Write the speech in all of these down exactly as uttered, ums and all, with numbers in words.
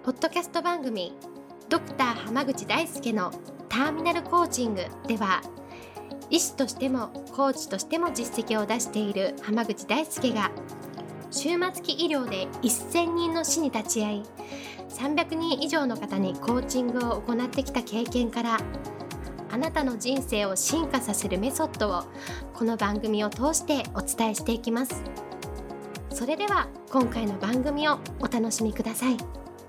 ポッドキャスト番組ドクター濱口大輔のターミナルコーチングでは、医師としてもコーチとしても実績を出している濱口大輔が終末期医療でせんにんの死に立ち会い、さんびゃくにん以上の方にコーチングを行ってきた経験から、あなたの人生を進化させるメソッドをこの番組を通してお伝えしていきます。それでは今回の番組をお楽しみください。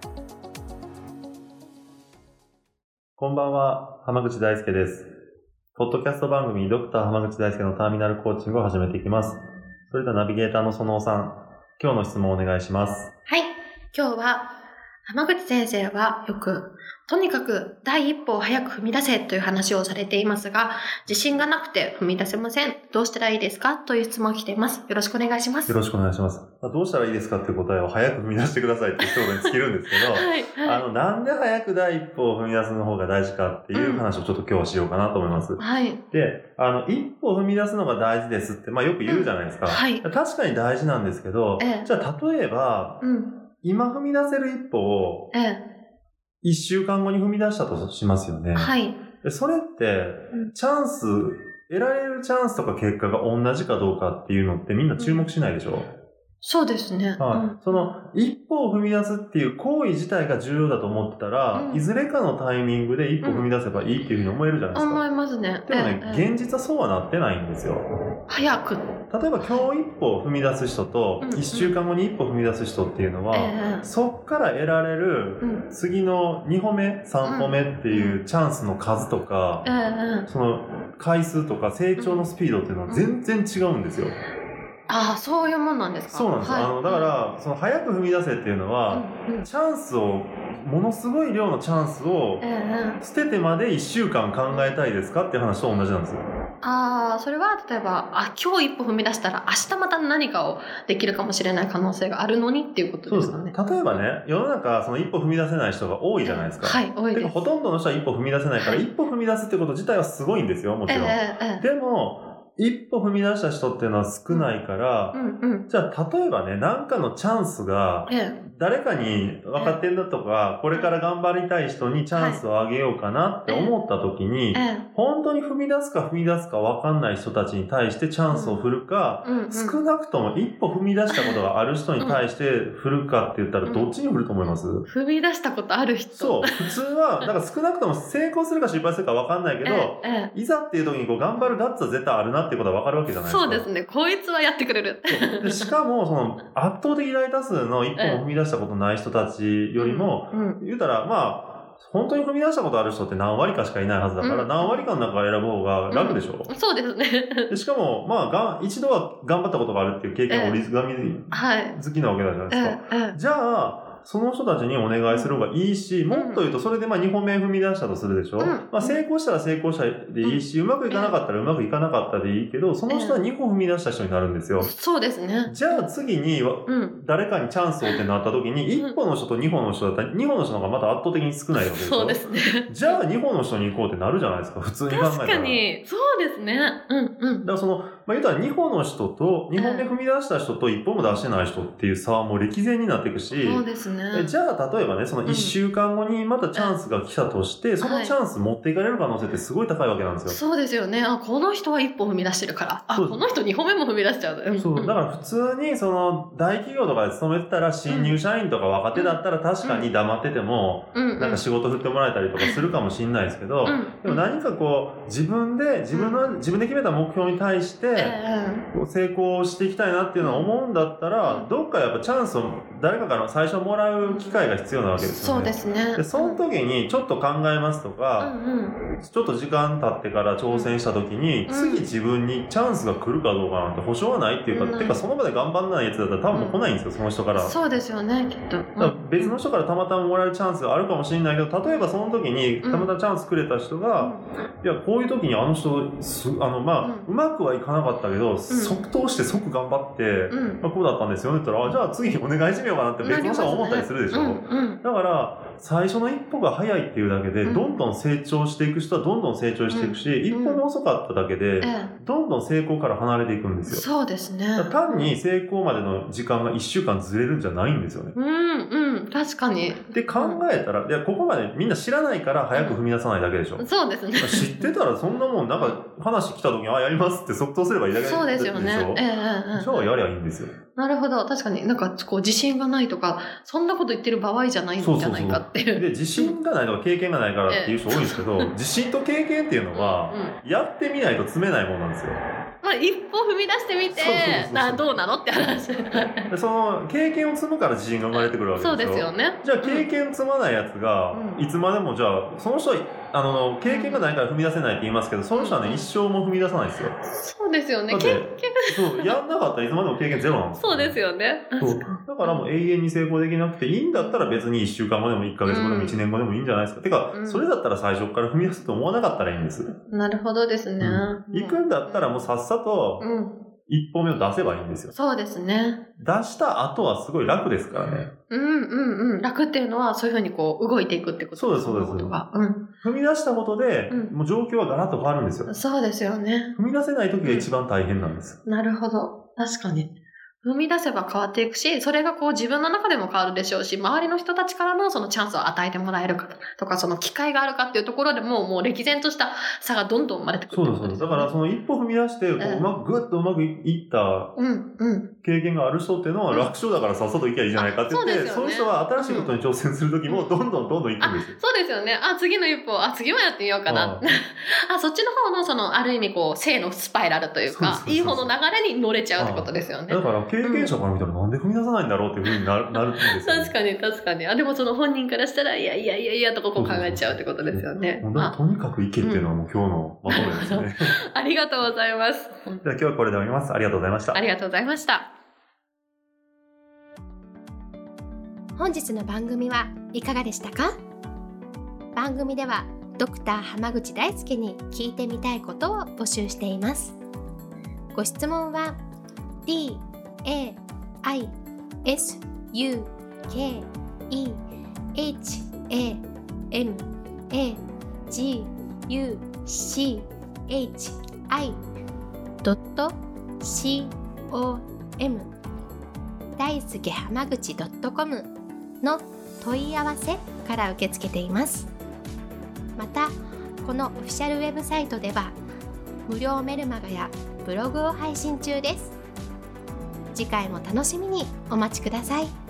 こんばんは、濱口大輔です。ポッドキャスト番組ドクター濱口大輔のターミナルコーチングを始めていきます。それではナビゲーターの園尾さん、今日の質問をお願いします。 はい、今日は濱口先生はよくとにかく第一歩を早く踏み出せという話をされていますが、自信がなくて踏み出せません。どうしたらいいですかという質問が来ています。よろしくお願いします。 よろしくお願いします。どうしたらいいですかっていう答えを早く踏み出してくださいっていう一言に尽きるんですけど、はいはい、あの、なんで早く第一歩を踏み出すの方が大事かっていう話をちょっと今日はしようかなと思います。うん、はい。で、あの、一歩踏み出すのが大事ですって、まあよく言うじゃないですか。うん、はい。確かに大事なんですけど、ええ、じゃあ例えば、うん、今踏み出せる一歩を、ええ一週間後に踏み出したとしますよね。はい。それって、チャンス、得られるチャンスとか結果が同じかどうかっていうのってみんな注目しないでしょ？うん、 そうですね。 はい。うん、その、一歩を踏み出すっていう行為自体が重要だと思ってたら、うん、いずれかのタイミングで一歩踏み出せばいいっていうふうに思えるじゃないですか。 思いますね。 でもね、ええ、現実はそうはなってないんですよ。 早く。 例えば今日一歩踏み出す人と、一週間後に一歩踏み出す人っていうのは、うんうん、そっから得られる次のに歩目、さん歩目っていうチャンスの数とか、うんうん、その回数とか成長のスピードっていうのは全然違うんですよ。 ああ、そういうもんなんですか？ そうなんですよ。はい、あの、だから、その早く踏み出せっていうのは、うんうん、チャンスを、ものすごい量のチャンスを捨ててまでいっしゅうかん考えたいですかっていう話と同じなんですよ。 ああ、それは例えば、あ、今日一歩踏み出したら明日また何かをできるかもしれない可能性があるのにっていうことですかね。 そうです。例えばね、世の中、その一歩踏み出せない人が多いじゃないですか。 はい、多いです。 てか、ほとんどの人は一歩踏み出せないから、はい、一歩踏み出すってこと自体はすごいんですよ、もちろん。えーえー、でも、一歩踏み出した人っていうのは少ないから、うんうんうん、じゃあ例えばね、何かのチャンスが、誰かに分かってんだとか、これから頑張りたい人にチャンスをあげようかなって思った時に、本当に踏み出すか踏み出すか分かんない人たちに対してチャンスを振るか、うんうんうん、少なくとも一歩踏み出したことがある人に対して振るかって言ったらどっちに振ると思います？うん、 踏み出したことある人。 そう。普通は、だから少なくとも成功するか失敗するか分かんないけど、いざっていう時にこう頑張るガッツは絶対あるなっていうことは分かるわけじゃないですか。 そうですね。こいつはやってくれる。 でしかも、その、圧倒的大多数の一歩も踏み出したことない人たちよりも、うんうん、言うたら、まあ、本当に踏み出したことある人って何割かしかいないはずだから、うん、何割かの中から選ぶ方が楽でしょ、 うん、そうですね。 でしかも、まあが、一度は頑張ったことがあるっていう経験を折り紙好きなわけじゃないですか。えええ、じゃあ、その人たちにお願いする方がいいし、もっと言うとそれでまあに歩目踏み出したとするでしょ、うん、まあ成功したら成功したでいいし、うまくいかなかったらうまくいかなかったでいいけど、その人はに歩踏み出した人になるんですよ。 そうですね。 じゃあ次に誰かにチャンスをってなった時に、いっ歩の人とに歩の人だったらに歩の人の方がまた圧倒的に少ないわけでしょ。 そうですね。 じゃあに歩の人に行こうってなるじゃないですか、普通に考えたら。 確かに、そうですね。うんうん。 だからその、まあ言うたらに歩の人と、に歩目踏み出した人といっ歩も出してない人っていう差はもう歴然になっていくし、 そうですね。 じゃあ例えばね、そのいっしゅうかんごにまたチャンスが来たとして、うん、そのチャンス持っていかれる可能性ってすごい高いわけなんですよ。 そうですよね。あ、この人は一歩踏み出してるから。あ、この人に歩目も踏み出しちゃう。 そう。だから普通にその大企業とかで勤めてたら新入社員とか若手だったら確かに黙ってても、なんか仕事振ってもらえたりとかするかもしれないですけど、でも何かこう自分で自分の、自分で決めた目標に対して成功していきたいなっていうのは思うんだったら、どっかやっぱチャンスを誰かから最初もらう機会が必要なわけですよね。 そうですね。 で、その時にちょっと考えますとか、うんうん、ちょっと時間経ってから挑戦した時に、うん、次自分にチャンスが来るかどうかなんて保証はないっていうか、うん、てかその場で頑張んないやつだったら多分もう来ないんですよ、うん、その人から。 そうですよね、きっと。 うん、別の人からたまたまもらえるチャンスがあるかもしれないけど、例えばその時にたまたまチャンスくれた人が、うん、いや、こういう時にあの人、すあの、まあ、うん、うまくはいかなかったけど、うん、即答して即頑張って、うん、まあ、こうだったんですよねって言ったら、あ、じゃあ次お願いしてみようかなって別の人が思ったりするでしょ。うんうん、だから、 最初の一歩が早いっていうだけで、どんどん成長していく人はどんどん成長していくし、うん、一歩が遅かっただけで、うん、どんどん成功から離れていくんですよ。 そうですね。 単に成功までの時間がいっしゅうかんずれるんじゃないんですよね。 うんうん、確かに。 で考えたら、いや、ここまでみんな知らないから早く踏み出さないだけでしょ。 うん、そうですね。 知ってたらそんなもん、なんか話来た時に、あ、やりますって即答すればいいだけでしょ。 そうですよね。ええー、じゃあやりゃいいんですよ。 なるほど。確かになんかこう自信がないとか、そんなこと言ってる場合じゃないんじゃないかっていう。 そうそうそう。で、自信がないとか経験がないからっていう人多いんですけど、ええ、自信と経験っていうのは、うん、やってみないと積めないものなんですよ。 まあ、一歩踏み出してみて、そうそうそうそう、などうなのって話。 でその経験を積むから自信が生まれてくるわけですよ。 そうですよね。 じゃあ経験積まないやつが、うん、いつまでもじゃあ、その人は、あの、経験がないから踏み出せないって言いますけど、その人はね、うん、一生も踏み出さないですよ。 そうですよね。結局。 そう、やんなかったらいつまでも経験ゼロなんですよ。 そうですよね。 そう。だからもう永遠に成功できなくていいんだったら別にいっしゅうかんごでもいっかげつごでもいちねんごでもいいんじゃないですか。うん、てか、それだったら最初から踏み出すと思わなかったらいいんです。 なるほどですね。 うん、行くんだったらもうさっさと、うん一歩目を出せばいいんですよ。 そうですね。 出した後はすごい楽ですからね。 うんうんうん。楽っていうのはそういうふうにこう動いていくってことです。 そうですそうです。うん、踏み出したことで、うん、もう状況はガラッと変わるんですよ。 そうですよね。 踏み出せない時が一番大変なんです。 うん、なるほど。確かに。踏み出せば変わっていくし、それがこう自分の中でも変わるでしょうし、周りの人たちからのそのチャンスを与えてもらえるかとか、その機会があるかっていうところでも、もう歴然とした差がどんどん生まれてくる。 そうです、そうです。だからその一歩踏み出して、こううまく、ぐっとうまくいった経験がある人っていうのは楽勝だからさっさと行きゃいいじゃないかって言って、うん、そういう人は新しいことに挑戦するときもどんどんどんどん行くんですよ。 そうですよね。あ、次の一歩、あ、次もやってみようかな。あ, あ、そっちの方のその、ある意味こう、正のスパイラルというか、そうそうそうそういい方の流れに乗れちゃうってことですよね。 だから経験者から見たら、なんで踏み出さないんだろうっていうふうになる、なるんですよ、ね。 確かに確かに。あ、でもその本人からしたら、いやいやいやいやとかこう考えちゃうってことですよね。 そうそうそうとにかく行けっていうのはもう今日のまとめですね。 ありがとうございます。 では今日はこれで終わります。ありがとうございました。 ありがとうございました。本日の番組はいかがでしたか？番組ではドクター濱口大輔に聞いてみたいことを募集しています。ご質問は ディー エー アイ エス ユー ケー イー エイチ エー エム エー ジー ユー シー エイチ アイ ドット シー オー エム 大輔濱口 .com の問い合わせから受け付けています。またこのオフィシャルウェブサイトでは無料メルマガやブログを配信中です。次回も楽しみにお待ちください。